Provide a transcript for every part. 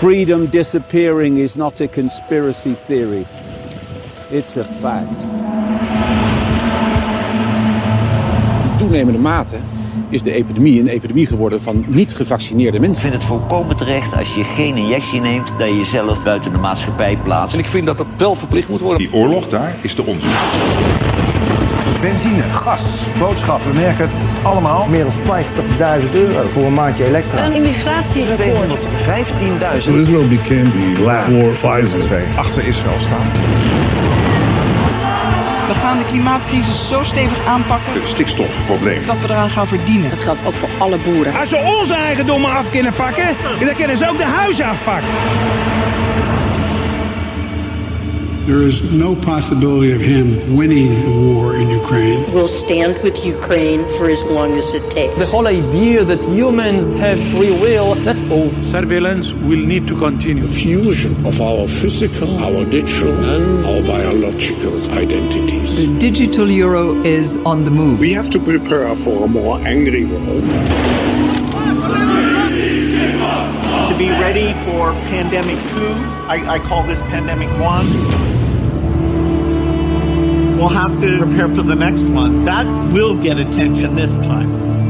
Freedom disappearing is not a conspiracy theory. It's a fact. In toenemende mate is de epidemie een epidemie geworden van niet gevaccineerde mensen. Ik vind het volkomen terecht als je geen injectie neemt, dat je jezelf buiten de maatschappij plaatst. En ik vind dat dat wel verplicht moet worden. Die oorlog daar is de onze. Benzine, gas, boodschappen, we merken het allemaal. Meer dan €50.000 voor een maandje elektra. Een immigratierecord. 215.000. Israel became the lab for Pfizer. Achter Israël staan. We gaan de klimaatcrisis zo stevig aanpakken. Het stikstofprobleem. Dat we eraan gaan verdienen. Dat geldt ook voor alle boeren. Als we onze eigendommen af kunnen pakken, dan kunnen ze ook de huizen afpakken. There is no possibility of him winning the war in Ukraine. We'll stand with Ukraine for as long as it takes. The whole idea that humans have free will, that's old. Surveillance will need to continue. The fusion of our physical, our digital and our biological identities. The digital euro is on the move. We have to prepare for a more angry world. To be ready for pandemic 2, I call this pandemic 1. We'll have to prepare for the next one. That will get attention this time.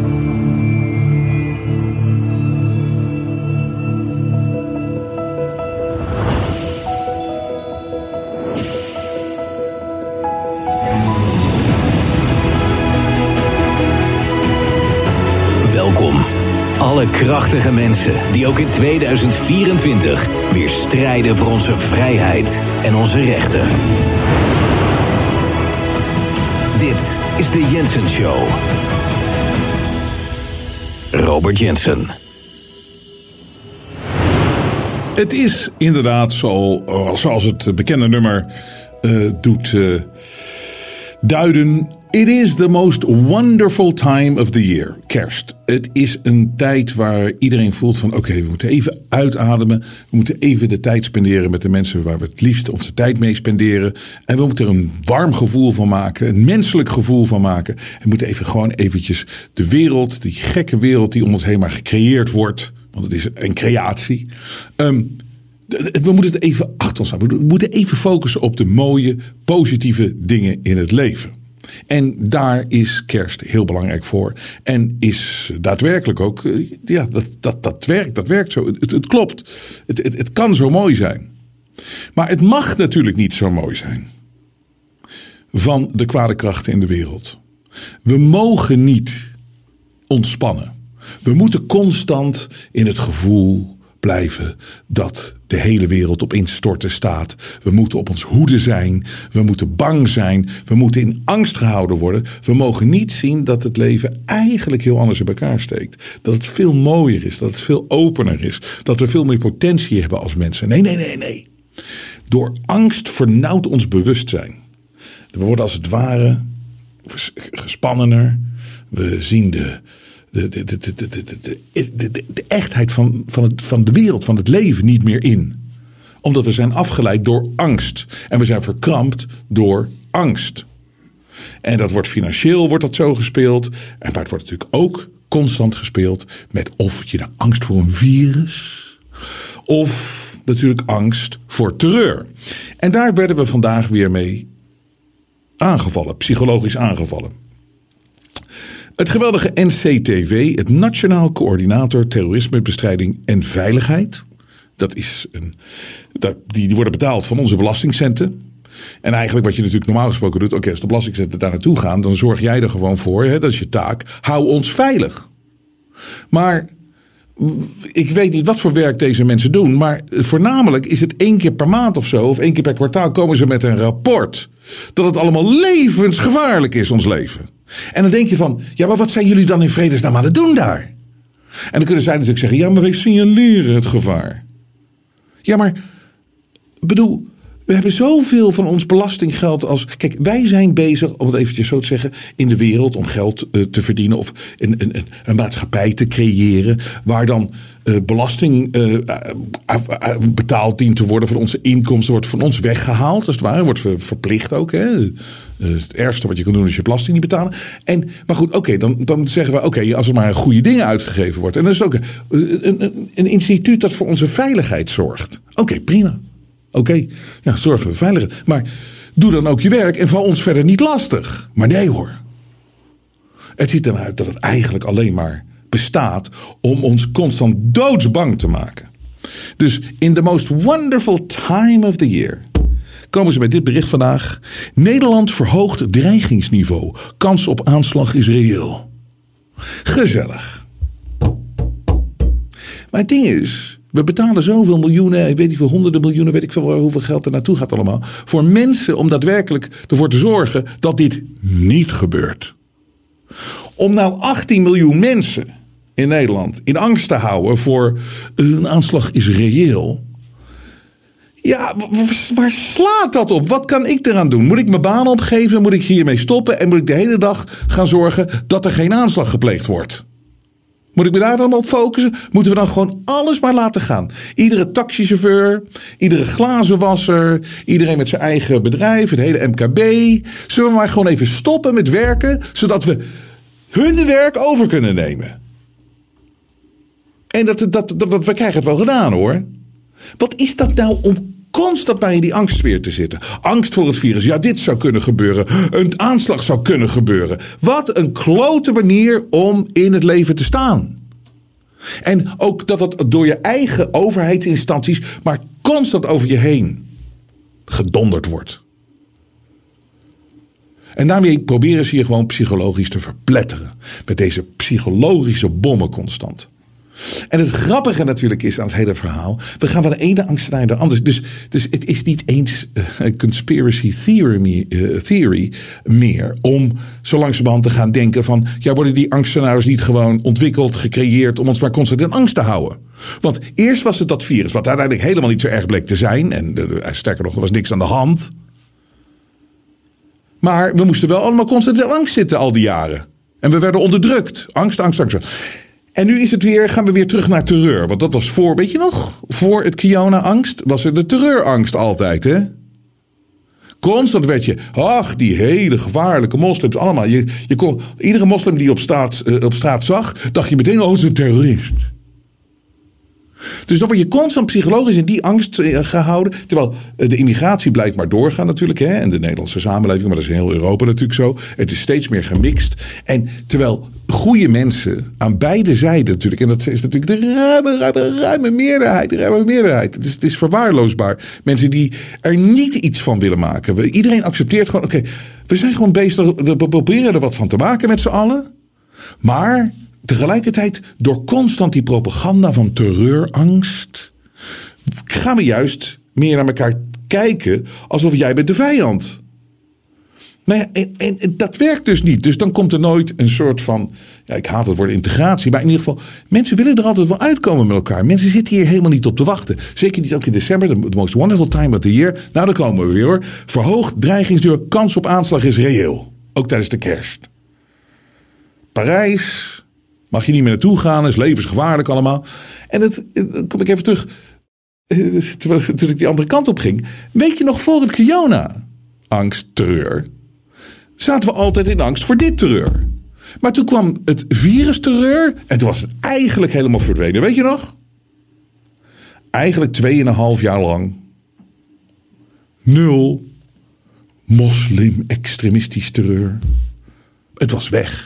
Welkom. Alle krachtige mensen die ook in 2024 weer strijden voor onze vrijheid en onze rechten. Dit is de Jensen Show. Robert Jensen. Het is inderdaad zoals het bekende nummer doet duiden. It is the most wonderful time of the year. Kerst. Het is een tijd waar iedereen voelt van oké, we moeten even uitademen. We moeten even de tijd spenderen met de mensen waar we het liefst onze tijd mee spenderen. En we moeten er een warm gevoel van maken. Een menselijk gevoel van maken. En we moeten even gewoon eventjes de wereld, die gekke wereld die om ons heen maar gecreëerd wordt. Want het is een creatie. We moeten het even achter ons houden. We moeten even focussen op de mooie, positieve dingen in het leven. En daar is kerst heel belangrijk voor. En is daadwerkelijk ook, dat werkt zo. Het klopt. Het kan zo mooi zijn. Maar het mag natuurlijk niet zo mooi zijn. Van de kwade krachten in de wereld. We mogen niet ontspannen. We moeten constant in het gevoel blijven dat de hele wereld op instorten staat. We moeten op ons hoede zijn. We moeten bang zijn. We moeten in angst gehouden worden. We mogen niet zien dat het leven eigenlijk heel anders in elkaar steekt. Dat het veel mooier is. Dat het veel opener is. Dat we veel meer potentie hebben als mensen. Nee. Door angst vernauwt ons bewustzijn. We worden als het ware gespannener. We zien de echtheid van de wereld, van het leven niet meer in. Omdat we zijn afgeleid door angst. En we zijn verkrampt door angst. En dat wordt financieel wordt dat zo gespeeld. Maar het wordt natuurlijk ook constant gespeeld met of je de angst voor een virus. Of natuurlijk angst voor terreur. En daar werden we vandaag weer mee aangevallen. Psychologisch aangevallen. Het geweldige NCTV, het Nationaal Coördinator Terrorismebestrijding en Veiligheid. Die worden betaald van onze belastingcenten. En eigenlijk wat je natuurlijk normaal gesproken doet. Oké, als de belastingcenten daar naartoe gaan, dan zorg jij er gewoon voor. Dat is je taak. Hou ons veilig. Maar ik weet niet wat voor werk deze mensen doen. Maar voornamelijk is het 1 keer per maand of zo. Of 1 keer per kwartaal komen ze met een rapport. Dat het allemaal levensgevaarlijk is, ons leven. En dan denk je van, ja, maar wat zijn jullie dan in vredesnaam aan het doen daar? En dan kunnen zij natuurlijk zeggen, ja, maar wij signaleren het gevaar. Ja, maar, bedoel, we hebben zoveel van ons belastinggeld als... Kijk, wij zijn bezig, om het eventjes zo te zeggen, in de wereld om geld te verdienen of een maatschappij te creëren waar dan belasting betaald dient te worden van onze inkomsten, wordt van ons weggehaald, als het ware, wordt verplicht ook. Hè? Het ergste wat je kan doen is je belasting niet betalen. Maar goed, dan zeggen we, als er maar goede dingen uitgegeven wordt. En dat is ook een instituut dat voor onze veiligheid zorgt. Prima. Zorgen we veiligheid. Maar doe dan ook je werk en val ons verder niet lastig. Maar nee hoor. Het ziet eruit dat het eigenlijk alleen maar bestaat om ons constant doodsbang te maken. Dus in the most wonderful time of the year komen ze met dit bericht vandaag. Nederland verhoogt dreigingsniveau. Kans op aanslag is reëel. Gezellig. Maar het ding is, we betalen zoveel miljoenen, ik weet niet veel, honderden miljoenen, weet ik veel hoeveel geld er naartoe gaat allemaal, voor mensen om daadwerkelijk ervoor te zorgen dat dit niet gebeurt. Om nou 18 miljoen mensen in Nederland in angst te houden voor een aanslag is reëel. Ja, waar slaat dat op? Wat kan ik eraan doen? Moet ik mijn baan opgeven? Moet ik hiermee stoppen? En moet ik de hele dag gaan zorgen dat er geen aanslag gepleegd wordt? Moet ik me daar dan op focussen? Moeten we dan gewoon alles maar laten gaan? Iedere taxichauffeur, iedere glazenwasser, iedereen met zijn eigen bedrijf, het hele MKB. Zullen we maar gewoon even stoppen met werken, zodat we hun werk over kunnen nemen? En we krijgen het wel gedaan hoor. Wat is dat nou om constant maar in die angstsfeer te zitten? Angst voor het virus. Ja, dit zou kunnen gebeuren. Een aanslag zou kunnen gebeuren. Wat een klote manier om in het leven te staan. En ook dat het door je eigen overheidsinstanties maar constant over je heen gedonderd wordt. En daarmee proberen ze je gewoon psychologisch te verpletteren. Met deze psychologische bommen constant. En het grappige natuurlijk is aan het hele verhaal, we gaan van de ene angst naar de andere. Dus het is niet eens een conspiracy theory meer om zo langzamerhand te gaan denken van, ja, worden die angstscenario's niet gewoon ontwikkeld, gecreëerd om ons maar constant in angst te houden? Want eerst was het dat virus, wat uiteindelijk helemaal niet zo erg bleek te zijn. En sterker nog, er was niks aan de hand. Maar we moesten wel allemaal constant in angst zitten al die jaren. En we werden onderdrukt. Angst. En nu gaan we weer terug naar terreur. Want dat was weet je nog? Voor het Kiona-angst was er de terreurangst altijd, hè? Constant werd je, die hele gevaarlijke moslims, allemaal. Iedere moslim die je op straat zag, dacht je meteen, het is een terrorist. Dus dan word je constant psychologisch in die angst gehouden. Terwijl de immigratie blijft maar doorgaan natuurlijk. Hè? En de Nederlandse samenleving, maar dat is in heel Europa natuurlijk zo. Het is steeds meer gemixt. En terwijl goede mensen aan beide zijden natuurlijk. En dat is natuurlijk de ruime meerderheid. Het is verwaarloosbaar. Mensen die er niet iets van willen maken. Iedereen accepteert gewoon, we zijn gewoon bezig. We proberen er wat van te maken met z'n allen. Maar tegelijkertijd, door constant die propaganda van terreurangst, gaan we juist meer naar elkaar kijken alsof jij bent de vijand. Nou ja, en dat werkt dus niet. Dus dan komt er nooit een soort van, ik haat het woord integratie, maar in ieder geval, mensen willen er altijd wel uitkomen met elkaar. Mensen zitten hier helemaal niet op te wachten. Zeker niet ook in december, the most wonderful time of the year. Nou, daar komen we weer hoor. Verhoogd dreigingsduur, kans op aanslag is reëel. Ook tijdens de kerst. Parijs, mag je niet meer naartoe gaan, is levensgevaarlijk allemaal. En dan kom ik even terug, toen ik die andere kant op ging. Weet je nog, voor het Kiona, angst, terreur, zaten we altijd in angst voor dit terreur. Maar toen kwam het virus terreur en toen was het eigenlijk helemaal verdwenen. Weet je nog? Eigenlijk 2,5 jaar lang 0 moslim-extremistisch terreur. Het was weg.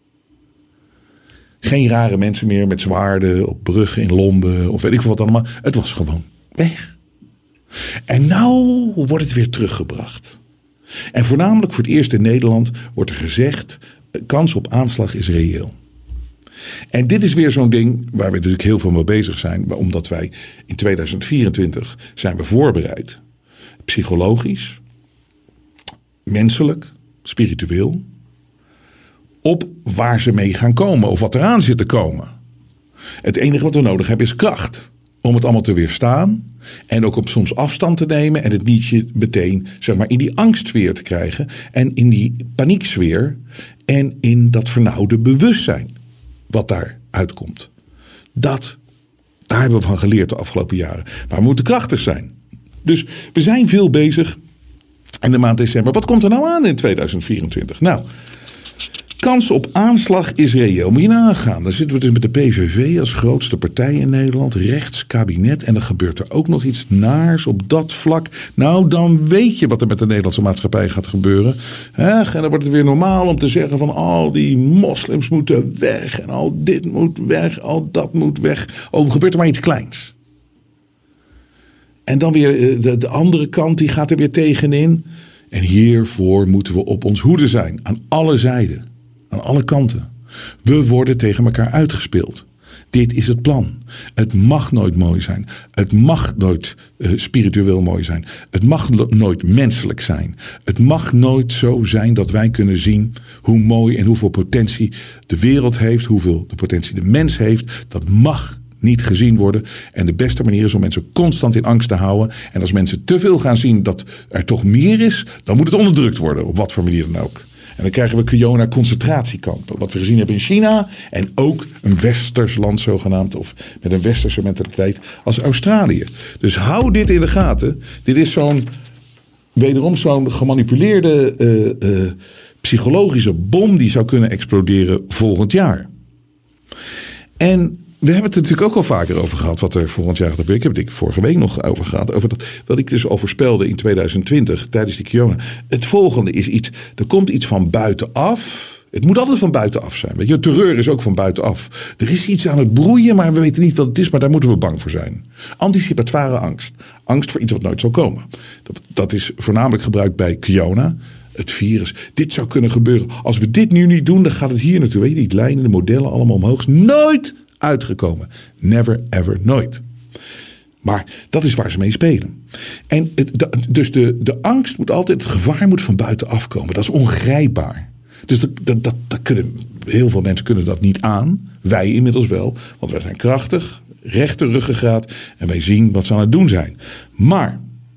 Geen rare mensen meer met zwaarden op bruggen in Londen of weet ik veel wat allemaal. Het was gewoon weg. En nou wordt het weer teruggebracht. En voornamelijk voor het eerst in Nederland wordt er gezegd, kans op aanslag is reëel. En dit is weer zo'n ding waar we natuurlijk heel veel mee bezig zijn. Omdat wij in 2024 zijn we voorbereid. Psychologisch, menselijk, spiritueel. Op waar ze mee gaan komen of wat eraan zit te komen. Het enige wat we nodig hebben is kracht. Om het allemaal te weerstaan. En ook om soms afstand te nemen. En het niet meteen in die angstsfeer te krijgen. En in die panieksfeer. En in dat vernauwde bewustzijn. Wat daar uitkomt. Daar hebben we van geleerd de afgelopen jaren. Maar we moeten krachtig zijn. Dus we zijn veel bezig En de maand december. Wat komt er nou aan in 2024? Nou, kans op aanslag is reëel. Moet je nagaan. Dan zitten we dus met de PVV als grootste partij in Nederland. Rechtskabinet. En dan gebeurt er ook nog iets naars op dat vlak. Nou, dan weet je wat er met de Nederlandse maatschappij gaat gebeuren. En dan wordt het weer normaal om te zeggen van al die moslims moeten weg. En al dit moet weg. Al dat moet weg. Oh, er gebeurt er maar iets kleins. En dan weer de andere kant, die gaat er weer tegenin. En hiervoor moeten we op ons hoede zijn. Aan alle zijden. Aan alle kanten. We worden tegen elkaar uitgespeeld. Dit is het plan. Het mag nooit mooi zijn. Het mag nooit spiritueel mooi zijn. Het mag nooit menselijk zijn. Het mag nooit zo zijn dat wij kunnen zien hoe mooi en hoeveel potentie de wereld heeft. Hoeveel de potentie de mens heeft. Dat mag niet gezien worden. En de beste manier is om mensen constant in angst te houden. En als mensen te veel gaan zien dat er toch meer is, dan moet het onderdrukt worden. Op wat voor manier dan ook. En dan krijgen we Kiona concentratiekampen. Wat we gezien hebben in China. En ook een westers land zogenaamd. Of met een westerse mentaliteit als Australië. Dus hou dit in de gaten. Dit is wederom zo'n gemanipuleerde psychologische bom die zou kunnen exploderen volgend jaar. En we hebben het er natuurlijk ook al vaker over gehad wat er volgend jaar gaat gebeuren. Ik heb het vorige week nog over gehad. Over dat ik dus al voorspelde in 2020 tijdens die Kiona. Het volgende is iets. Er komt iets van buitenaf. Het moet altijd van buitenaf zijn. Weet je, terreur is ook van buitenaf. Er is iets aan het broeien, maar we weten niet wat het is. Maar daar moeten we bang voor zijn. Anticipatoire angst. Angst voor iets wat nooit zal komen. Dat is voornamelijk gebruikt bij Kiona. Het virus. Dit zou kunnen gebeuren. Als we dit nu niet doen, dan gaat het hier naartoe. Weet je, die lijnen, de modellen allemaal omhoog. Nooit uitgekomen. Never, ever, nooit. Maar dat is waar ze mee spelen. En dus de angst moet altijd, het gevaar moet van buitenaf komen. Dat is ongrijpbaar. Dus heel veel mensen kunnen dat niet aan. Wij inmiddels wel. Want wij zijn krachtig, rechte ruggengraat. En wij zien wat ze aan het doen zijn. Maar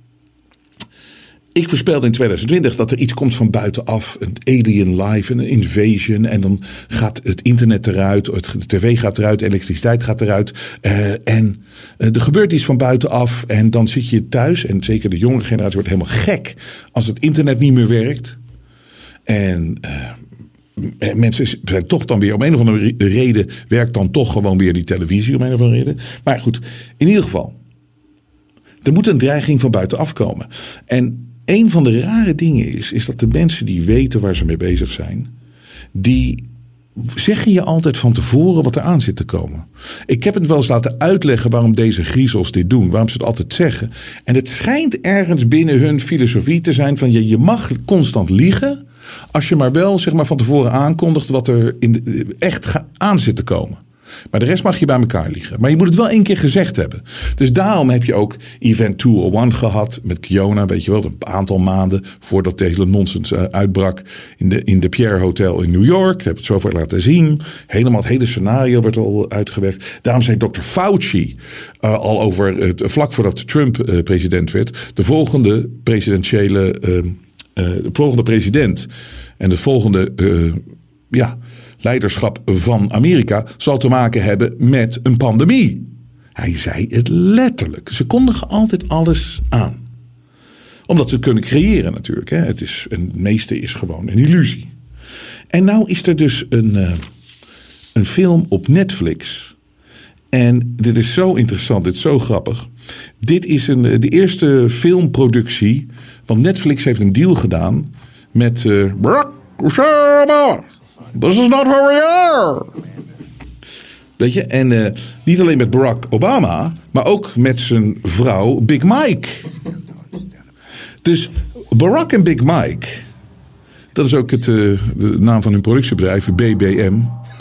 ik voorspelde in 2020 dat er iets komt van buitenaf. Een alien life, een invasion. En dan gaat het internet eruit. De tv gaat eruit. De elektriciteit gaat eruit. En er gebeurt iets van buitenaf. En dan zit je thuis. En zeker de jonge generatie wordt helemaal gek als het internet niet meer werkt. En mensen zijn toch dan weer om een of andere reden. Werkt dan toch gewoon weer die televisie om een of andere reden. Maar goed, in ieder geval. Er moet een dreiging van buitenaf komen. En een van de rare dingen is dat de mensen die weten waar ze mee bezig zijn, die zeggen je altijd van tevoren wat er aan zit te komen. Ik heb het wel eens laten uitleggen waarom deze griezels dit doen, waarom ze het altijd zeggen. En het schijnt ergens binnen hun filosofie te zijn van je mag constant liegen als je maar wel zeg maar van tevoren aankondigt wat er echt aan zit te komen. Maar de rest mag je bij elkaar liegen. Maar je moet het wel 1 keer gezegd hebben. Dus daarom heb je ook Event 201 gehad met Kiona. Weet je wel, een aantal maanden voordat deze hele nonsens uitbrak. In de Pierre Hotel in New York. Ik heb het zo vaak laten zien. Helemaal het hele scenario werd al uitgewerkt. Daarom zei Dr. Fauci al over vlak voordat Trump president werd. De volgende presidentiële de volgende president en de volgende leiderschap van Amerika zal te maken hebben met een pandemie. Hij zei het letterlijk. Ze kondigen altijd alles aan. Omdat ze kunnen creëren natuurlijk. Hè. Het meeste is gewoon een illusie. En nou is er dus een film op Netflix. En dit is zo interessant, dit is zo grappig. Dit is de eerste filmproductie. Want Netflix heeft een deal gedaan met Barack Obama. This is not who we are. Weet je, en niet alleen met Barack Obama, maar ook met zijn vrouw Big Mike. Dus Barack en Big Mike, dat is ook de naam van hun productiebedrijf, BBM.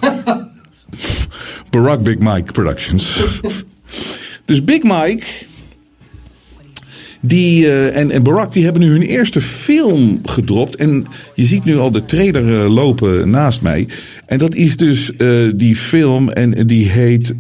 Barack Big Mike Productions. Dus Big Mike en Barack die hebben nu hun eerste film gedropt. En je ziet nu al de trailer lopen naast mij. En dat is dus die film en die heet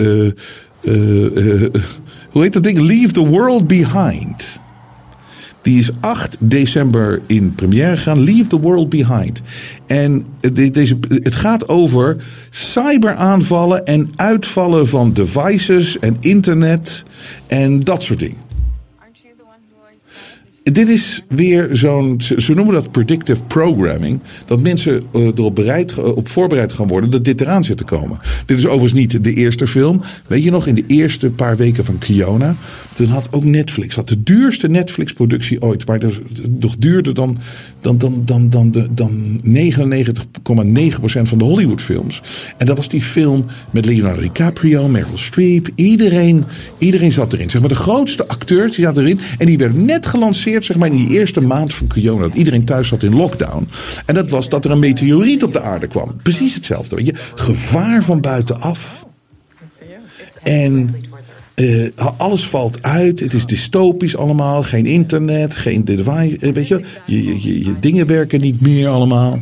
hoe heet dat ding? Leave the World Behind. Die is 8 december in première gegaan. Leave the World Behind. En het gaat over cyberaanvallen en uitvallen van devices en internet en dat soort dingen. Dit is weer zo'n, ze noemen dat predictive programming. Dat mensen op voorbereid gaan worden dat dit eraan zit te komen. Dit is overigens niet de eerste film. Weet je nog, in de eerste paar weken van Kiona. Toen had ook Netflix, had de duurste Netflix-productie ooit. Maar dat nog duurder dan 99,9% van de Hollywood-films. En dat was die film met Leonardo DiCaprio, Meryl Streep. Iedereen zat erin. Zeg maar de grootste acteurs die zaten erin. En die werden net gelanceerd, zeg maar, in die eerste maand van Kiona. Dat iedereen thuis zat in lockdown. En dat was dat er een meteoriet op de aarde kwam. Precies hetzelfde. Weet je? Gevaar van buitenaf. En alles valt uit. Het is dystopisch allemaal. Geen internet, geen device. Weet je, je dingen werken niet meer allemaal.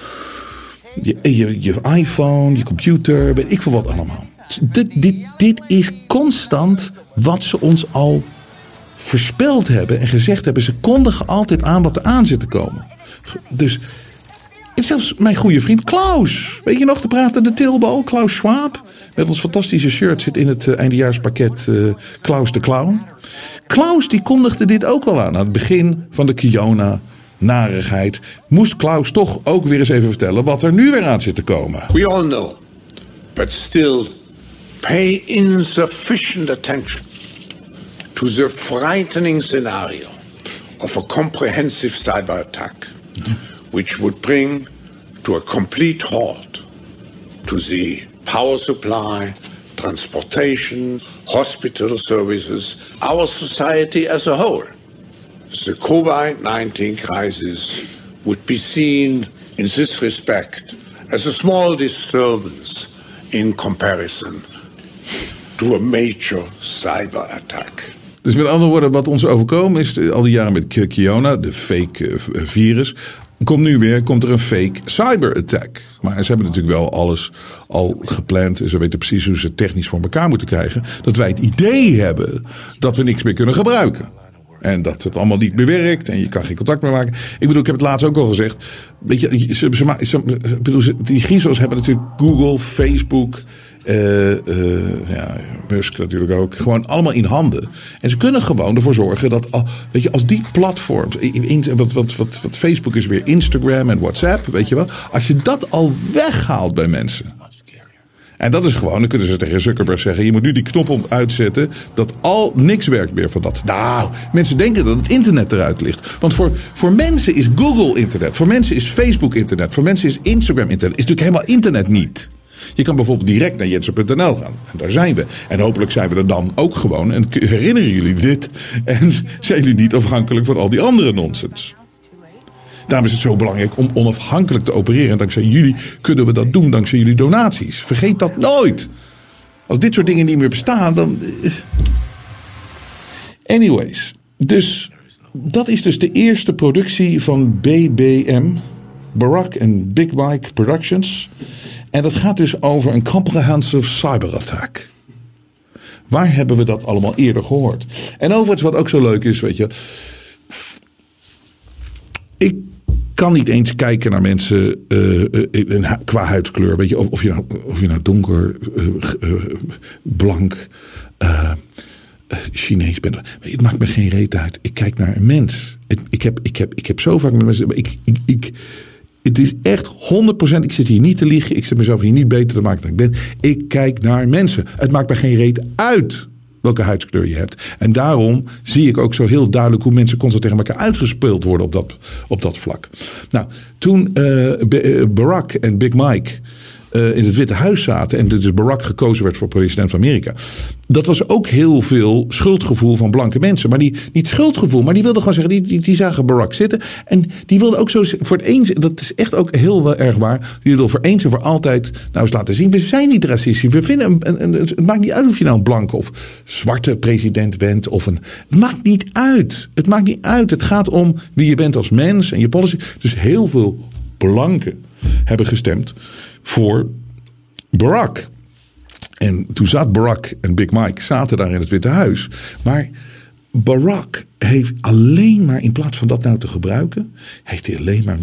Je iPhone, je computer, weet ik veel wat allemaal. Dit is constant wat ze ons al voorspeld hebben en gezegd hebben. Ze kondigen altijd aan wat er aan zit te komen. Dus zelfs mijn goede vriend Klaus. Weet je nog, de pratende Tilbal, Klaus Schwab. Met ons fantastische shirt zit in het eindejaarspakket Klaus de Clown. Klaus die kondigde dit ook al aan het begin van de Kiona-narigheid. Moest Klaus toch ook weer eens even vertellen wat er nu weer aan zit te komen. We all know, but still pay insufficient attention to the frightening scenario of a comprehensive cyber attack, which would bring to a complete halt to the power supply, transportation, hospital services, our society as a whole. The COVID-19 crisis would be seen in this respect as a small disturbance in comparison to a major cyber attack. Dus met andere woorden, wat ons overkomen is al die jaren met Kiona, de fake virus. Komt er een fake cyberattack. Maar ze hebben natuurlijk wel alles al gepland. Ze weten precies hoe ze het technisch voor elkaar moeten krijgen. Dat wij het idee hebben dat we niks meer kunnen gebruiken. En dat het allemaal niet meer werkt. En je kan geen contact meer maken. Ik bedoel, ik heb het laatst ook al gezegd. Weet je, die griezels hebben natuurlijk Google, Facebook, Musk natuurlijk ook. Gewoon allemaal in handen. En ze kunnen gewoon ervoor zorgen dat, weet je, als die platforms, wat Facebook is weer Instagram en WhatsApp, weet je wel. Als je dat al weghaalt bij mensen. En dat is gewoon, dan kunnen ze tegen Zuckerberg zeggen, je moet nu die knop op uitzetten, dat niks werkt meer van dat. Nou, mensen denken dat het internet eruit ligt. Want voor mensen is Google internet, voor mensen is Facebook internet, voor mensen is Instagram internet. Is natuurlijk helemaal internet niet. Je kan bijvoorbeeld direct naar jensen.nl gaan. En daar zijn we. En hopelijk zijn we er dan ook gewoon. En herinneren jullie dit? En zijn jullie niet afhankelijk van al die andere nonsens? Daarom is het zo belangrijk om onafhankelijk te opereren. En dankzij jullie kunnen we dat doen, dankzij jullie donaties. Vergeet dat nooit. Als dit soort dingen niet meer bestaan, dan... Anyways. Dus dat is dus de eerste productie van BBM. Barack en Big Mike Productions. En dat gaat dus over een comprehensive cyberattack. Waar hebben we dat allemaal eerder gehoord? En overigens wat ook zo leuk is, weet je... Ik kan niet eens kijken naar mensen qua huidskleur. Weet je, of je nou donker, blank, Chinees bent. Het maakt me geen reet uit. Ik kijk naar een mens. Ik heb zo vaak met mensen... Het is echt 100%. Ik zit hier niet te liegen. Ik zit mezelf hier niet beter te maken dan ik ben. Ik kijk naar mensen. Het maakt me geen reet uit welke huidskleur je hebt. En daarom zie ik ook zo heel duidelijk hoe mensen constant tegen elkaar uitgespeeld worden op dat vlak. Nou, toen Barack en Big Mike in het Witte Huis zaten en dus Barack gekozen werd voor president van Amerika. Dat was ook heel veel schuldgevoel van blanke mensen. Maar niet schuldgevoel, maar die wilden gewoon zeggen, die zagen Barack zitten. En die wilden ook zo voor het eens, dat is echt ook heel erg waar. Die wilden voor eens en voor altijd nou eens laten zien. We zijn niet racistisch. We vinden het maakt niet uit of je nou een blanke of zwarte president bent. Het maakt niet uit. Het maakt niet uit. Het gaat om wie je bent als mens en je policy. Dus heel veel blanken hebben gestemd voor Barack. En toen zat Barack en Big Mike zaten daar in het Witte Huis. Maar Barack heeft alleen maar, in plaats van dat nou te gebruiken, heeft hij alleen maar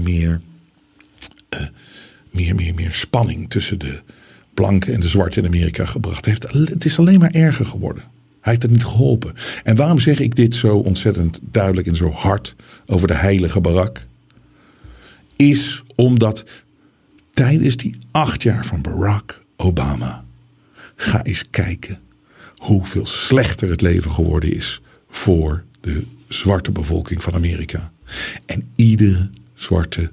meer spanning tussen de blanken en de zwarte in Amerika gebracht. Het is alleen maar erger geworden. Hij heeft het niet geholpen. En waarom zeg ik dit zo ontzettend duidelijk en zo hard over de heilige Barack? Is omdat tijdens die 8 jaar van Barack Obama, ga eens kijken hoeveel slechter het leven geworden is voor de zwarte bevolking van Amerika. En iedere zwarte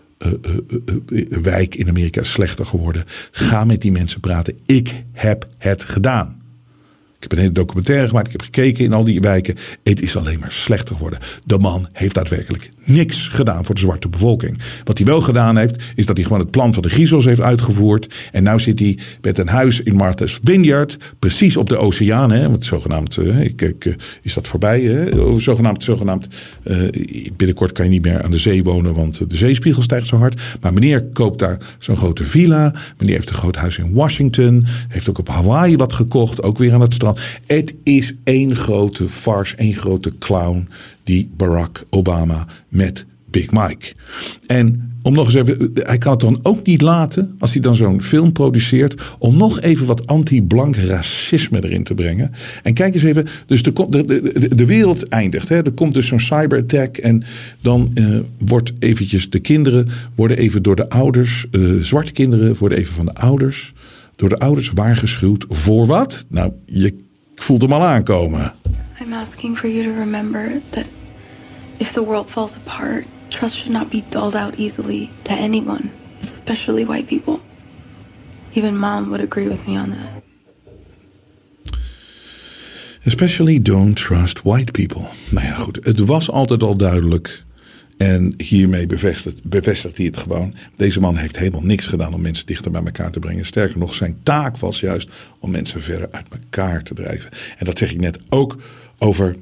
wijk in Amerika is slechter geworden. Ga met die mensen praten. Ik heb het gedaan. Ik heb een hele documentaire gemaakt. Ik heb gekeken in al die wijken. Het is alleen maar slechter geworden. De man heeft daadwerkelijk niks gedaan voor de zwarte bevolking. Wat hij wel gedaan heeft, is dat hij gewoon het plan van de griezels heeft uitgevoerd. En nu zit hij met een huis in Martha's Vineyard. Precies op de oceaan. Hè, want zogenaamd, is dat voorbij. Hè? Zogenaamd. Binnenkort kan je niet meer aan de zee wonen, want de zeespiegel stijgt zo hard. Maar meneer koopt daar zo'n grote villa. Meneer heeft een groot huis in Washington. Heeft ook op Hawaii wat gekocht. Ook weer aan het strand. Het is één grote farce, één grote clown, die Barack Obama met Big Mike. En om nog eens even, hij kan het dan ook niet laten, als hij dan zo'n film produceert, om nog even wat anti-blank racisme erin te brengen. En kijk eens even, dus de wereld eindigt. Hè? Er komt dus zo'n cyberattack en dan wordt eventjes de kinderen worden even door de ouders, zwarte kinderen worden even van de ouders, door de ouders waarschuwd voor wat? Nou, je voelt hem al aankomen. I'm asking for you to remember that if the world falls apart, trust should not be doled out easily to anyone, especially white people. Even Mom would agree with me on that. Especially don't trust white people. Nou ja, goed. Het was altijd al duidelijk. En hiermee bevestigt hij het gewoon. Deze man heeft helemaal niks gedaan om mensen dichter bij elkaar te brengen. Sterker nog, zijn taak was juist om mensen verder uit elkaar te drijven. En dat zeg ik net ook over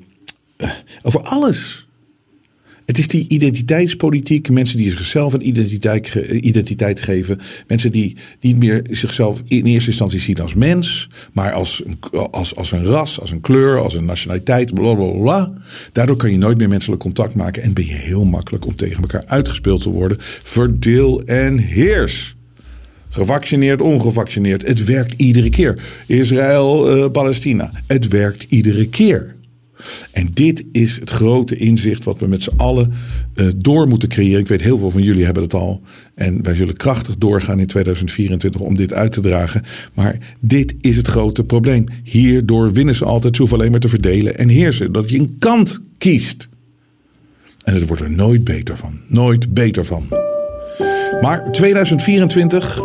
alles. Het is die identiteitspolitiek. Mensen die zichzelf een identiteit geven. Mensen die niet meer zichzelf in eerste instantie zien als mens. Maar als een ras, als een kleur, als een nationaliteit. Blablabla. Daardoor kan je nooit meer menselijk contact maken. En ben je heel makkelijk om tegen elkaar uitgespeeld te worden. Verdeel en heers. Gevaccineerd, ongevaccineerd. Het werkt iedere keer. Israël, Palestina. Het werkt iedere keer. En dit is het grote inzicht wat we met z'n allen door moeten creëren. Ik weet, heel veel van jullie hebben het al. En wij zullen krachtig doorgaan in 2024 om dit uit te dragen. Maar dit is het grote probleem. Hierdoor winnen ze altijd. Ze hoeven alleen maar te verdelen en heersen. Dat je een kant kiest. En het wordt er nooit beter van. Nooit beter van. Maar 2024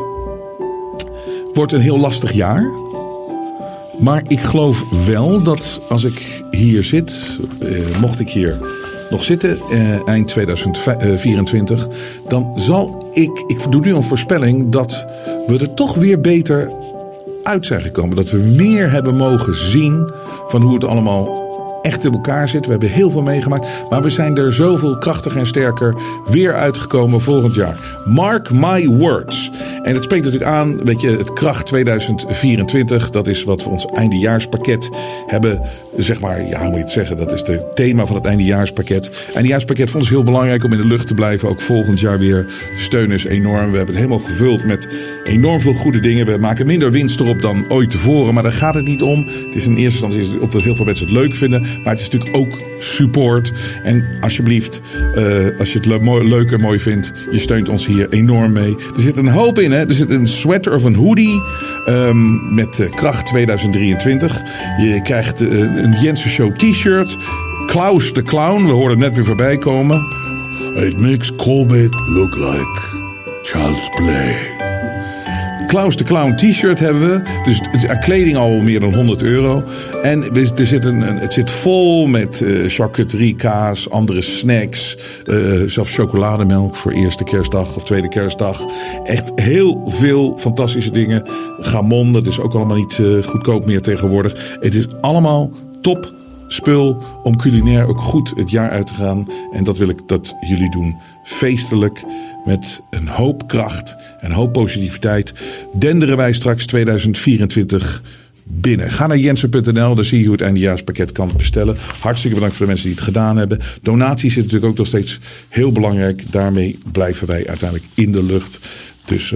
wordt een heel lastig jaar. Maar ik geloof wel dat als ik hier zit, mocht ik hier nog zitten, eind 2024, dan zal ik doe nu een voorspelling dat we er toch weer beter uit zijn gekomen. Dat we meer hebben mogen zien van hoe het allemaal echt in elkaar zit. We hebben heel veel meegemaakt, maar we zijn er zoveel krachtiger en sterker weer uitgekomen volgend jaar. Mark my words. En het spreekt natuurlijk aan, weet je, het kracht 2024. Dat is wat we ons eindejaarspakket hebben, zeg maar, ja, hoe moet je het zeggen? Dat is het thema van het eindejaarspakket. Eindejaarspakket vond ons heel belangrijk om in de lucht te blijven. Ook volgend jaar weer. De steun is enorm. We hebben het helemaal gevuld met enorm veel goede dingen. We maken minder winst erop dan ooit tevoren, maar daar gaat het niet om. Het is in eerste instantie op dat heel veel mensen het leuk vinden. Maar het is natuurlijk ook support. En alsjeblieft, als je het leuk en mooi vindt, je steunt ons hier enorm mee. Er zit een hoop in, hè. Er zit een sweater of een hoodie met kracht 2023. Je krijgt een Jensen Show t-shirt. Klaus de Clown, we hoorden het net weer voorbij komen. It makes Corbett look like Charles Play. Klaus de Clown t-shirt hebben we. Dus kleding al meer dan €100. En het zit vol met charcuterie, kaas, andere snacks. Zelfs chocolademelk voor eerste kerstdag of tweede kerstdag. Echt heel veel fantastische dingen. Gamon, dat is ook allemaal niet goedkoop meer tegenwoordig. Het is allemaal top spul om culinair ook goed het jaar uit te gaan. En dat wil ik dat jullie doen. Feestelijk, met een hoop kracht en een hoop positiviteit. Denderen wij straks 2024 binnen. Ga naar jensen.nl, daar zie je hoe het eindejaarspakket kan bestellen. Hartstikke bedankt voor de mensen die het gedaan hebben. Donaties zijn natuurlijk ook nog steeds heel belangrijk. Daarmee blijven wij uiteindelijk in de lucht. Dus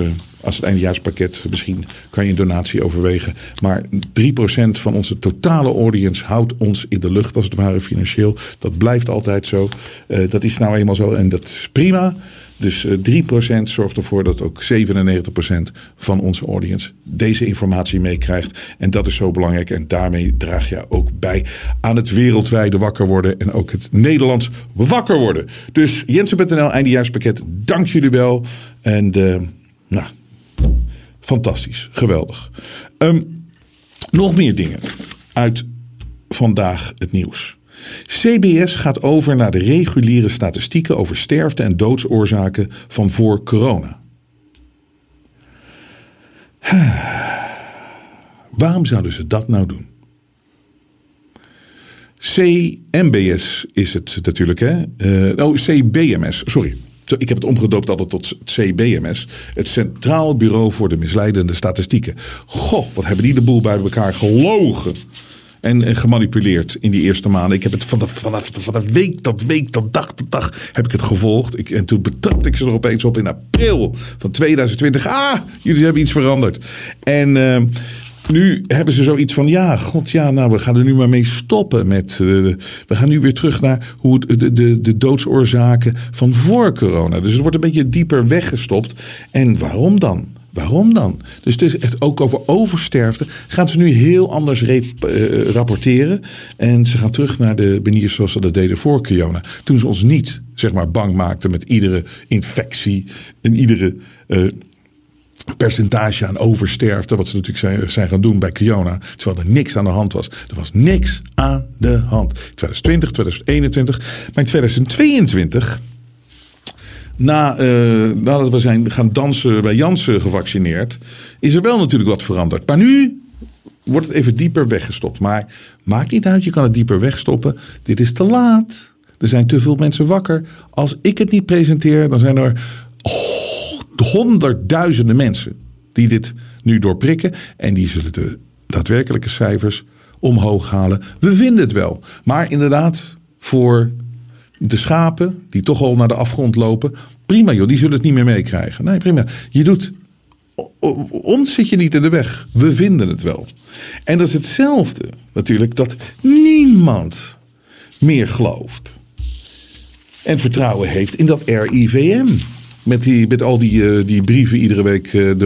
Als het eindejaarspakket, misschien kan je een donatie overwegen. Maar 3% van onze totale audience houdt ons in de lucht als het ware financieel. Dat blijft altijd zo. Dat is nou eenmaal zo en dat is prima. Dus 3% zorgt ervoor dat ook 97% van onze audience deze informatie meekrijgt. En dat is zo belangrijk. En daarmee draag je ook bij aan het wereldwijde wakker worden. En ook het Nederlands wakker worden. Dus Jensen.nl eindejaarspakket. Dank jullie wel. En fantastisch. Geweldig. Nog meer dingen uit vandaag het nieuws. CBS gaat over naar de reguliere statistieken over sterfte en doodsoorzaken van voor corona. Waarom zouden ze dat nou doen? CBS is het natuurlijk, hè? CBMS, sorry. Ik heb het omgedoopt altijd tot CBMS. Het Centraal Bureau voor de Misleidende Statistieken. Goh, wat hebben die de boel bij elkaar gelogen. En gemanipuleerd in die eerste maanden. Ik heb het vanaf dag heb ik het gevolgd. En toen betrapte ik ze er opeens op in april van 2020. Jullie hebben iets veranderd. En nu hebben ze zoiets van, we gaan er nu maar mee stoppen. We gaan nu weer terug naar hoe de doodsoorzaken van voor corona. Dus het wordt een beetje dieper weggestopt. En waarom dan? Waarom dan? Dus het is echt ook over oversterfte. Gaan ze nu heel anders rapporteren. En ze gaan terug naar de manier zoals ze dat deden voor corona. Toen ze ons niet, bang maakten met iedere infectie. En iedere percentage aan oversterfte. Wat ze natuurlijk zijn gaan doen bij corona. Terwijl er niks aan de hand was. Er was niks aan de hand. 2020, 2021. Maar in 2022... Nadat we zijn gaan dansen bij Janssen gevaccineerd, is er wel natuurlijk wat veranderd. Maar nu wordt het even dieper weggestopt. Maar maakt niet uit, je kan het dieper wegstoppen. Dit is te laat. Er zijn te veel mensen wakker. Als ik het niet presenteer, dan zijn er honderdduizenden mensen die dit nu doorprikken. En die zullen de daadwerkelijke cijfers omhoog halen. We vinden het wel. Maar inderdaad, voor de schapen die toch al naar de afgrond lopen, prima joh, die zullen het niet meer meekrijgen. Nee, prima. Je doet, ons zit je niet in de weg. We vinden het wel. En dat is hetzelfde natuurlijk, dat niemand meer gelooft en vertrouwen heeft in dat RIVM. Met al die brieven iedere week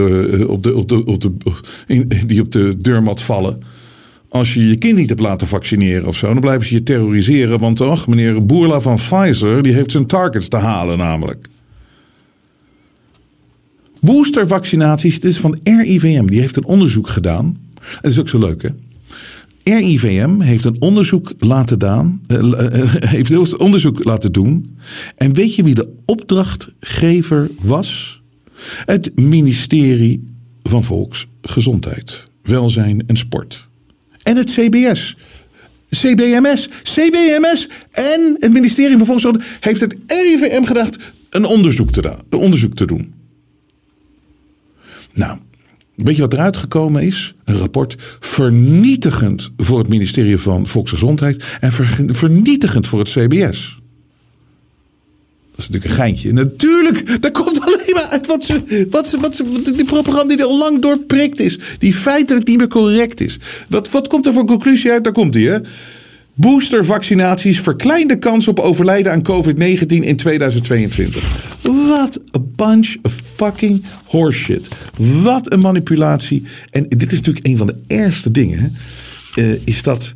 die op de deurmat vallen. Als je je kind niet hebt laten vaccineren of zo, dan blijven ze je terroriseren. Want meneer Boerla van Pfizer, die heeft zijn targets te halen namelijk. Boostervaccinaties, dit is van RIVM. Die heeft een onderzoek gedaan. Dat is ook zo leuk, hè? RIVM heeft een onderzoek laten doen. En weet je wie de opdrachtgever was? Het ministerie van Volksgezondheid, Welzijn en Sport. En het CBMS en het ministerie van Volksgezondheid heeft het RIVM gedacht een onderzoek te doen. Nou, weet je wat eruit gekomen is? Een rapport vernietigend voor het ministerie van Volksgezondheid en vernietigend voor het CBS. Dat is natuurlijk een geintje. Natuurlijk, daar komt alleen maar uit die propaganda die er al lang doorprikt is. Die feitelijk niet meer correct is. Wat komt er voor conclusie uit? Daar komt die, hè? Boostervaccinaties verkleinde kans op overlijden aan COVID-19 in 2022. Wat een bunch of fucking horseshit. Wat een manipulatie. En dit is natuurlijk een van de ergste dingen. Hè? Is dat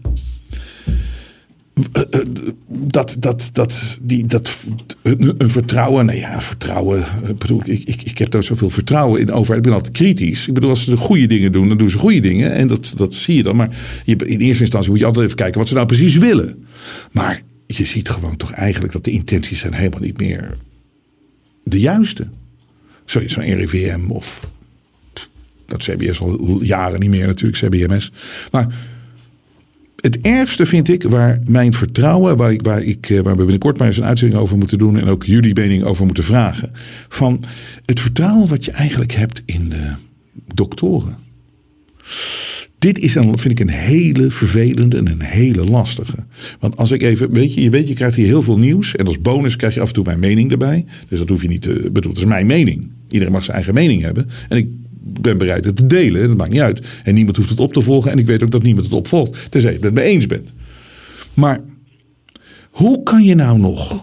een vertrouwen. Nou ja, vertrouwen. Ik heb daar zoveel vertrouwen in de overheid. Ik ben altijd kritisch. Ik bedoel, als ze de goede dingen doen, dan doen ze goede dingen. En dat zie je dan. Maar in eerste instantie moet je altijd even kijken wat ze nou precies willen. Maar je ziet gewoon toch eigenlijk dat de intenties zijn helemaal niet meer de juiste. Zo'n RIVM of dat CBS al jaren niet meer natuurlijk, CBMS. Maar het ergste vind ik, waar mijn vertrouwen, waar we binnenkort maar eens een uitzending over moeten doen en ook jullie mening over moeten vragen. Van het vertrouwen wat je eigenlijk hebt in de doktoren. Dit is vind ik een hele vervelende en een hele lastige. Want als ik even, je krijgt hier heel veel nieuws. En als bonus krijg je af en toe mijn mening erbij. Dus dat hoef je niet te bedoelen. Dat is mijn mening. Iedereen mag zijn eigen mening hebben. En ik ben bereid het te delen. Dat maakt niet uit. En niemand hoeft het op te volgen. En ik weet ook dat niemand het opvolgt. Tenzij je het met me eens bent. Maar hoe kan je nou nog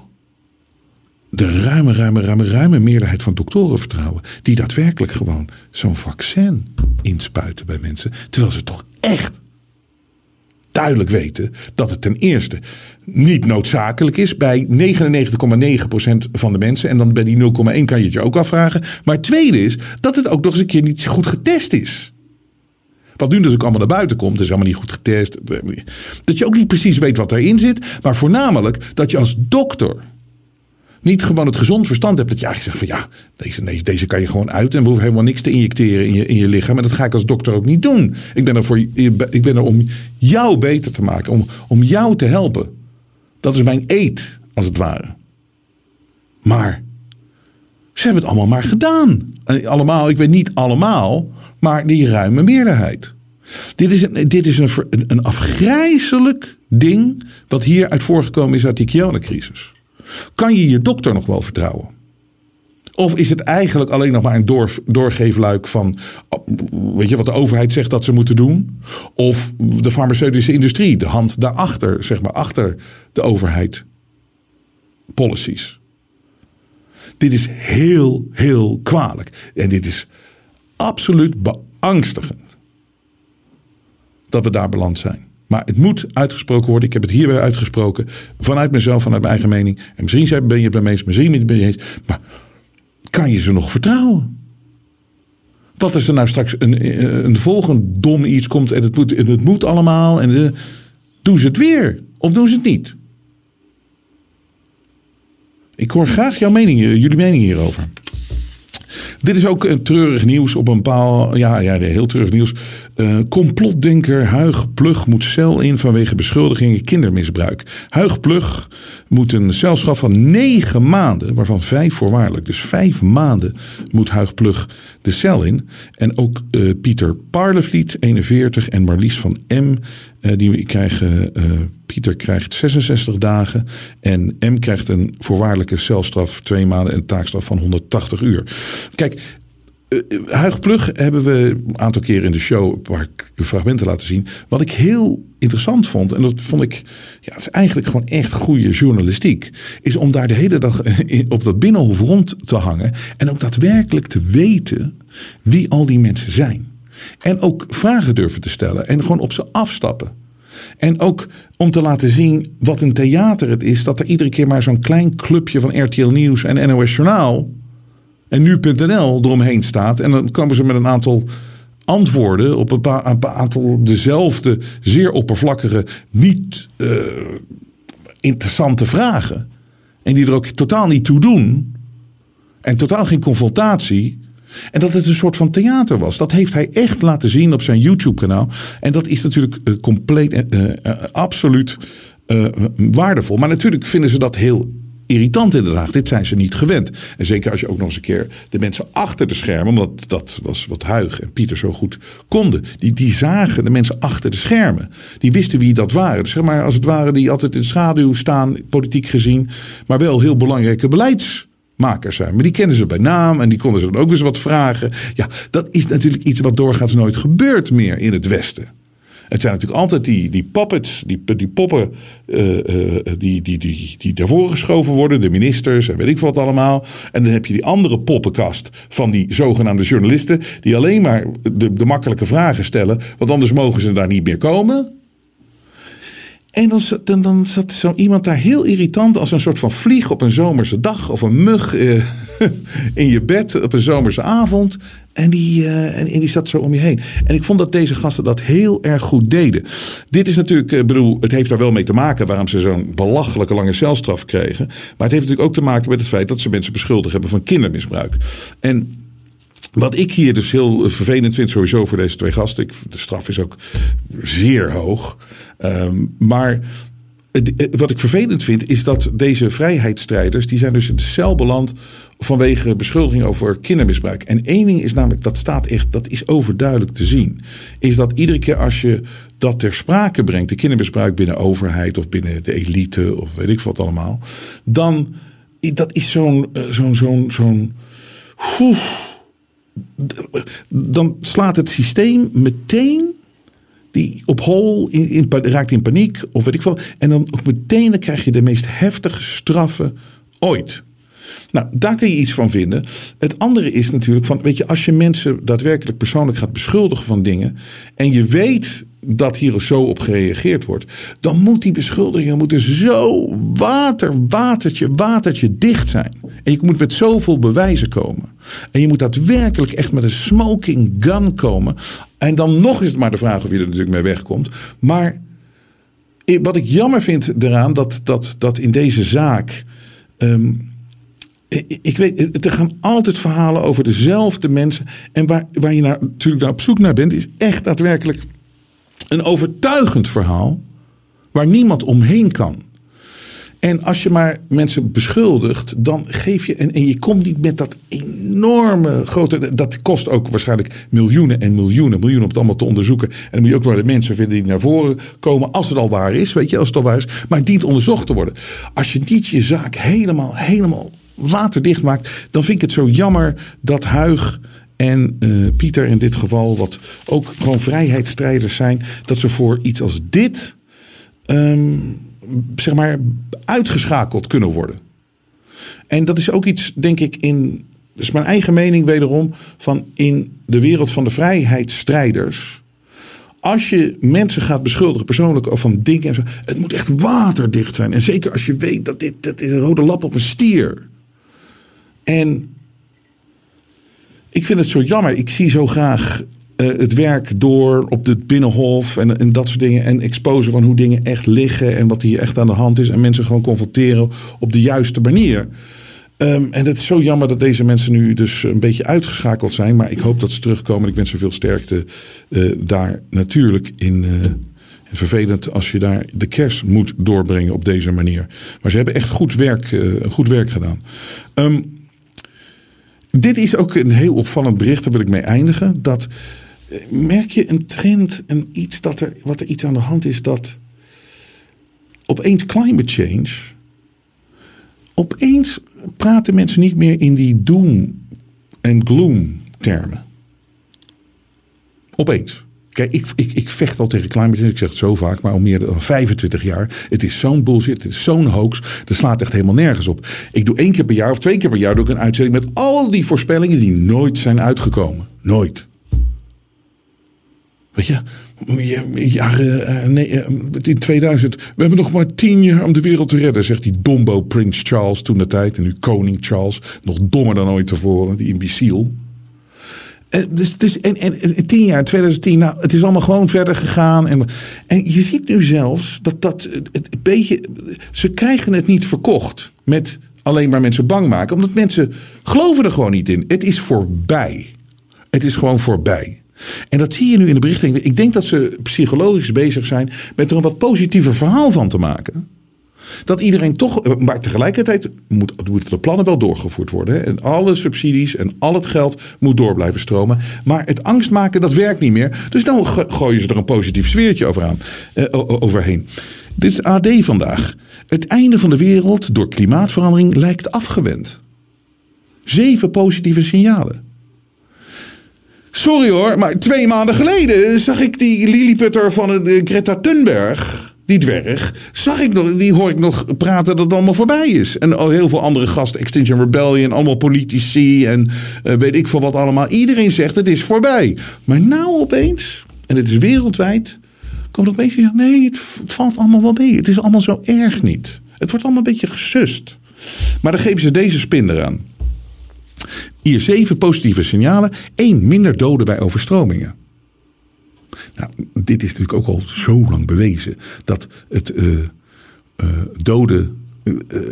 de ruime meerderheid van doktoren vertrouwen, die daadwerkelijk gewoon zo'n vaccin inspuiten bij mensen, terwijl ze toch echt duidelijk weten dat het ten eerste niet noodzakelijk is bij 99,9% van de mensen, en dan bij die 0,1 kan je het je ook afvragen. Maar het tweede is dat het ook nog eens een keer niet goed getest is. Wat nu natuurlijk allemaal naar buiten komt, is allemaal niet goed getest. Dat je ook niet precies weet wat erin zit, maar voornamelijk dat je als dokter niet gewoon het gezond verstand hebt. Dat je eigenlijk zegt van deze kan je gewoon uit en we hoeven helemaal niks te injecteren in je lichaam. En dat ga ik als dokter ook niet doen. Ik ben er om jou beter te maken. Om jou te helpen. Dat is mijn eed, als het ware. Maar ze hebben het allemaal maar gedaan. En allemaal, ik weet niet allemaal, maar die ruime meerderheid. Dit is een afgrijselijk ding wat hier uit voorgekomen is uit die coronacrisis. Kan je je dokter nog wel vertrouwen? Of is het eigenlijk alleen nog maar een doorgeefluik van, weet je wat de overheid zegt dat ze moeten doen? Of de farmaceutische industrie, de hand daarachter, zeg maar achter de overheid policies. Dit is heel, heel kwalijk. En dit is absoluut beangstigend dat we daar beland zijn. Maar het moet uitgesproken worden. Ik heb het hierbij uitgesproken. Vanuit mezelf, vanuit mijn eigen mening. En misschien ben je het ermee eens, misschien ben je het eens. Maar kan je ze nog vertrouwen? Wat als er nou straks een volgend dom iets komt en het moet allemaal. En doen ze het weer? Of doen ze het niet? Ik hoor graag jouw mening, jullie mening hierover. Dit is ook een treurig nieuws op een bepaald. Heel treurig nieuws. Complotdenker Huig Plug moet cel in vanwege beschuldigingen kindermisbruik. Huig Plug moet een celstraf van 9 maanden, waarvan 5 voorwaardelijk. Dus 5 maanden moet Huig Plug de cel in. En ook Pieter Parlevliet, 41, en Marlies van M. Die krijgen. Pieter krijgt 66 dagen en M krijgt een voorwaardelijke celstraf 2 maanden en taakstraf van 180 uur. Kijk, Huig Plug hebben we een aantal keren in de show een paar fragmenten laten zien. Wat ik heel interessant vond, en dat vond ik, het is eigenlijk gewoon echt goede journalistiek, is om daar de hele dag op dat Binnenhof rond te hangen en ook daadwerkelijk te weten wie al die mensen zijn. En ook vragen durven te stellen en gewoon op ze afstappen. En ook om te laten zien wat een theater het is, dat er iedere keer maar zo'n klein clubje van RTL Nieuws en NOS Journaal en nu.nl eromheen staat. En dan komen ze met een aantal antwoorden op een aantal dezelfde zeer oppervlakkige, niet interessante vragen. En die er ook totaal niet toe doen. En totaal geen confrontatie. En dat het een soort van theater was. Dat heeft hij echt laten zien op zijn YouTube-kanaal. En dat is natuurlijk compleet, absoluut waardevol. Maar natuurlijk vinden ze dat heel irritant in Den Haag. Dit zijn ze niet gewend. En zeker als je ook nog eens een keer de mensen achter de schermen, want dat was wat Huig en Pieter zo goed konden. Die zagen de mensen achter de schermen. Die wisten wie dat waren. Dus zeg maar als het ware die altijd in de schaduw staan, politiek gezien, maar wel heel belangrijke beleidsmakers zijn. Maar die kennen ze bij naam en die konden ze dan ook eens wat vragen. Ja, dat is natuurlijk iets wat doorgaans nooit gebeurt meer in het Westen. Het zijn natuurlijk altijd die puppets, die poppen die daarvoor geschoven worden. De ministers en weet ik wat allemaal. En dan heb je die andere poppenkast van die zogenaamde journalisten, die alleen maar de makkelijke vragen stellen. Want anders mogen ze daar niet meer komen. En dan zat zo iemand daar heel irritant als een soort van vlieg op een zomerse dag. Of een mug in je bed op een zomerse avond. En die zat zo om je heen. En ik vond dat deze gasten dat heel erg goed deden. Dit is natuurlijk, het heeft daar wel mee te maken waarom ze zo'n belachelijke lange celstraf kregen. Maar het heeft natuurlijk ook te maken met het feit dat ze mensen beschuldigd hebben van kindermisbruik. En wat ik hier dus heel vervelend vind sowieso voor deze 2 gasten. De straf is ook zeer hoog. Maar wat ik vervelend vind is dat deze vrijheidsstrijders, die zijn dus in de cel beland vanwege beschuldiging over kindermisbruik. En één ding is namelijk, dat is overduidelijk te zien, is dat iedere keer als je dat ter sprake brengt, de kindermisbruik binnen overheid of binnen de elite of weet ik wat allemaal, dan dat is dan slaat het systeem meteen die op hol raakt in paniek of weet ik veel. En dan ook meteen dan krijg je de meest heftige straffen ooit. Nou, daar kun je iets van vinden. Het andere is natuurlijk van, weet je, als je mensen daadwerkelijk persoonlijk gaat beschuldigen van dingen en je weet dat hier zo op gereageerd wordt, dan moet die beschuldigingen moeten zo watertje dicht zijn. En je moet met zoveel bewijzen komen. En je moet daadwerkelijk echt met een smoking gun komen. En dan nog is het maar de vraag of je er natuurlijk mee wegkomt. Maar wat ik jammer vind eraan, dat in deze zaak, ik weet, er gaan altijd verhalen over dezelfde mensen. En waar je natuurlijk naar op zoek naar bent, is echt daadwerkelijk een overtuigend verhaal waar niemand omheen kan. En als je maar mensen beschuldigt, dan geef je en je komt niet met dat enorme grote. Dat kost ook waarschijnlijk miljoenen om het allemaal te onderzoeken. En dan moet je ook maar de mensen vinden die naar voren komen als het al waar is, weet je, als het al waar is. Maar het dient onderzocht te worden. Als je niet je zaak helemaal waterdicht maakt, dan vind ik het zo jammer dat Huig en Pieter in dit geval, wat ook gewoon vrijheidsstrijders zijn, dat ze voor iets als dit zeg maar uitgeschakeld kunnen worden. En dat is ook iets, denk ik, dat is mijn eigen mening wederom, van in de wereld van de vrijheidsstrijders. Als je mensen gaat beschuldigen persoonlijk of van dingen en zo, het moet echt waterdicht zijn. En zeker als je weet dat dit is een rode lap op een stier. En ik vind het zo jammer. Ik zie zo graag het werk door op het Binnenhof en dat soort dingen. En exposen van hoe dingen echt liggen en wat hier echt aan de hand is. En mensen gewoon confronteren op de juiste manier. En het is zo jammer dat deze mensen nu dus een beetje uitgeschakeld zijn. Maar ik hoop dat ze terugkomen. Ik wens ze veel sterkte daar natuurlijk in. Vervelend als je daar de kerst moet doorbrengen op deze manier. Maar ze hebben echt goed werk gedaan. Dit is ook een heel opvallend bericht, daar wil ik mee eindigen. Dat merk je een trend en iets wat er iets aan de hand is, dat opeens climate change, opeens praten mensen niet meer in die doom en gloom termen. Opeens. Kijk, ik vecht al tegen climate change, ik zeg het zo vaak, maar al meer dan 25 jaar. Het is zo'n bullshit, het is zo'n hoax, dat slaat echt helemaal nergens op. Ik doe 1 keer per jaar of 2 keer per jaar doe ik een uitzending met al die voorspellingen die nooit zijn uitgekomen. Nooit. Weet je, in 2000, we hebben nog maar 10 jaar om de wereld te redden, zegt die dombo Prins Charles toen de tijd. En nu koning Charles, nog dommer dan ooit tevoren, die imbeciel. Dus 10 jaar, 2010, nou, het is allemaal gewoon verder gegaan. En je ziet nu zelfs dat het beetje, ze krijgen het niet verkocht met alleen maar mensen bang maken. Omdat mensen geloven er gewoon niet in. Het is voorbij. Het is gewoon voorbij. En dat zie je nu in de berichting. Ik denk dat ze psychologisch bezig zijn met er een wat positiever verhaal van te maken. Dat iedereen toch, maar tegelijkertijd moeten de plannen wel doorgevoerd worden. Hè? En alle subsidies en al het geld moet door blijven stromen. Maar het angst maken, dat werkt niet meer. Dus dan gooien ze er een positief sfeertje overheen. Dit is AD vandaag. Het einde van de wereld door klimaatverandering lijkt afgewend. 7 positieve signalen. Sorry hoor, maar 2 maanden geleden zag ik die lilliputter van Greta Thunberg, die dwerg, die hoor ik nog praten dat het allemaal voorbij is. En heel veel andere gasten, Extinction Rebellion, allemaal politici en weet ik veel wat allemaal. Iedereen zegt het is voorbij. Maar nou opeens, en het is wereldwijd, komt opeens zeggen, nee, het valt allemaal wel mee. Het is allemaal zo erg niet. Het wordt allemaal een beetje gesust. Maar dan geven ze deze spin eraan. Hier 7 positieve signalen. 1 minder doden bij overstromingen. Nou, dit is natuurlijk ook al zo lang bewezen. Dat het doden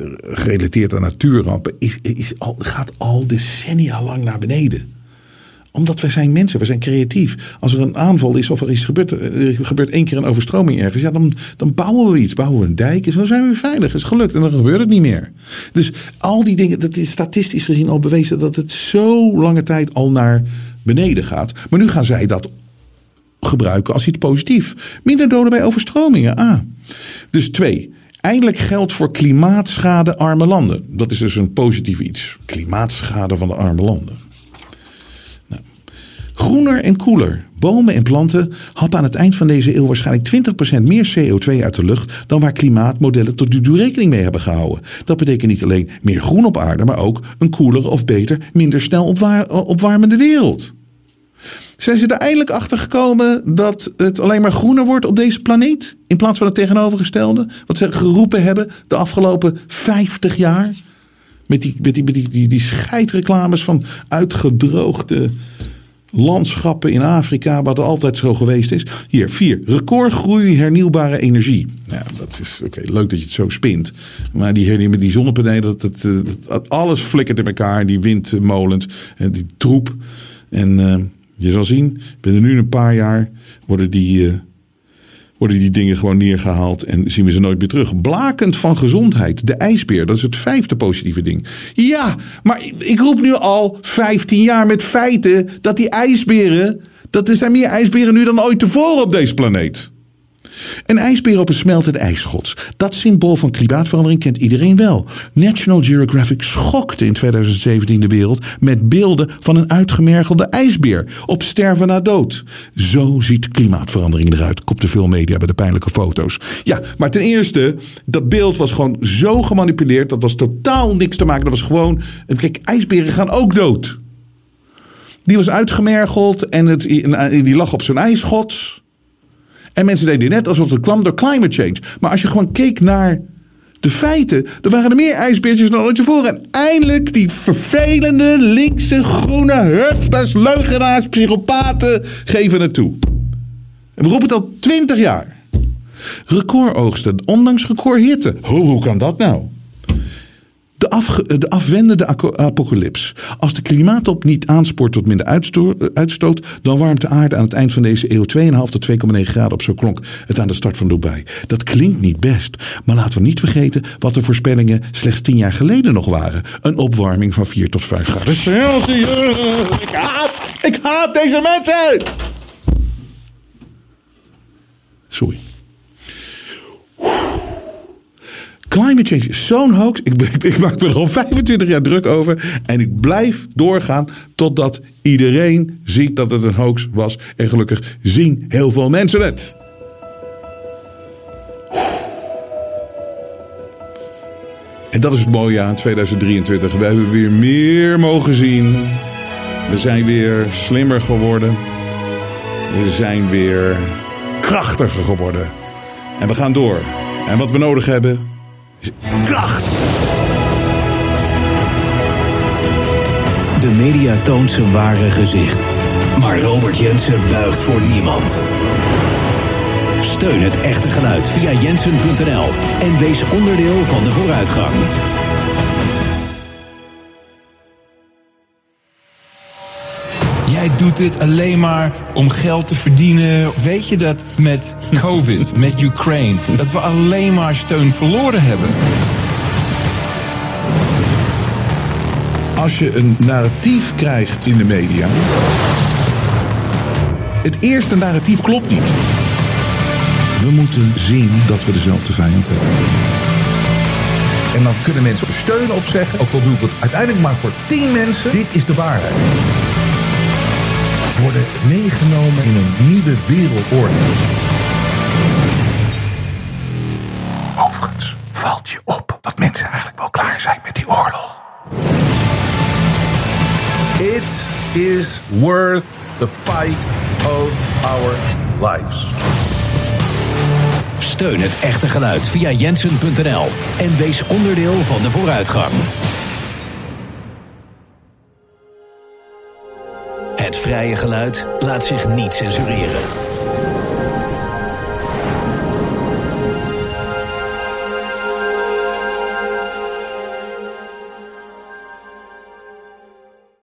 gerelateerd aan natuurrampen gaat al decennia lang naar beneden. Omdat wij zijn mensen, we zijn creatief. Als er een aanval is of er iets gebeurt, er gebeurt 1 keer een overstroming ergens. Ja, dan bouwen we iets. Bouwen we een dijk en zo zijn we veilig. Het is gelukt en dan gebeurt het niet meer. Dus al die dingen, dat is statistisch gezien al bewezen dat het zo lange tijd al naar beneden gaat. Maar nu gaan zij dat gebruiken als iets positief. Minder doden bij overstromingen. Dus 2. Eindelijk geld voor klimaatschade arme landen. Dat is dus een positief iets. Klimaatschade van de arme landen. Nou. Groener en koeler. Bomen en planten happen aan het eind van deze eeuw waarschijnlijk 20% meer CO2 uit de lucht dan waar klimaatmodellen tot nu toe rekening mee hebben gehouden. Dat betekent niet alleen meer groen op aarde, maar ook een koelere of beter, minder snel opwarmende wereld. Zijn ze er eindelijk achter gekomen dat het alleen maar groener wordt op deze planeet? In plaats van het tegenovergestelde? Wat ze geroepen hebben de afgelopen 50 jaar? Met die scheidreclames van uitgedroogde landschappen in Afrika, wat altijd zo geweest is. Hier, 4. Recordgroei hernieuwbare energie. Ja, dat is oké, leuk dat je het zo spint. Maar met die zonnepanelen, dat alles flikkert in elkaar. Die windmolens, die troep. En je zal zien, binnen nu een paar jaar worden die dingen gewoon neergehaald en zien we ze nooit meer terug. Blakend van gezondheid. De ijsbeer, dat is het 5e positieve ding. Ja, maar ik roep nu al 15 jaar met feiten dat die ijsberen, dat er zijn meer ijsberen nu dan ooit tevoren op deze planeet. Een ijsbeer op een smeltende ijsschots. Dat symbool van klimaatverandering kent iedereen wel. National Geographic schokte in 2017 de wereld met beelden van een uitgemergelde ijsbeer op sterven na dood. Zo ziet klimaatverandering eruit, kopte veel media bij de pijnlijke foto's. Ja, maar ten eerste, dat beeld was gewoon zo gemanipuleerd. Dat was totaal niks te maken. Dat was gewoon, kijk, ijsberen gaan ook dood. Die was uitgemergeld en die lag op zo'n ijsschots. En mensen deden net alsof het kwam door climate change. Maar als je gewoon keek naar de feiten, er waren er meer ijsbeertjes dan ooit tevoren. En eindelijk die vervelende, linkse, groene hufters, leugenaars, psychopaten geven het toe. En we roepen het al 20 jaar. Recordoogsten, ondanks recordhitte. Hoe kan dat nou? De afwendende apocalyps. Als de klimaattop niet aanspoort tot minder uitstoot, dan warmt de aarde aan het eind van deze eeuw 2,5 tot 2,9 graden op. Zo klonk het aan de start van Dubai. Dat klinkt niet best, maar laten we niet vergeten wat de voorspellingen slechts 10 jaar geleden nog waren. Een opwarming van 4 tot 5 graden Celsius. Ik haat deze mensen! Sorry. Climate change is zo'n hoax. Ik maak me er al 25 jaar druk over. En ik blijf doorgaan totdat iedereen ziet dat het een hoax was. En gelukkig zien heel veel mensen het. En dat is het mooie aan 2023. We hebben weer meer mogen zien. We zijn weer slimmer geworden. We zijn weer krachtiger geworden. En we gaan door. En wat we nodig hebben is kracht. De media toont zijn ware gezicht. Maar Robert Jensen buigt voor niemand. Steun het echte geluid via jensen.nl en wees onderdeel van de vooruitgang. Jij doet dit alleen maar om geld te verdienen. Weet je dat met COVID, met Ukraine, dat we alleen maar steun verloren hebben? Als je een narratief krijgt in de media, het eerste narratief klopt niet. We moeten zien dat we dezelfde vijand hebben. En dan kunnen mensen steun opzeggen, ook al doe ik het uiteindelijk maar voor 10 mensen. Dit is de waarheid. Worden meegenomen in een nieuwe wereldorde. Overigens valt je op dat mensen eigenlijk wel klaar zijn met die oorlog. It is worth the fight of our lives. Steun het echte geluid via jensen.nl en wees onderdeel van de vooruitgang. Het vrije geluid laat zich niet censureren.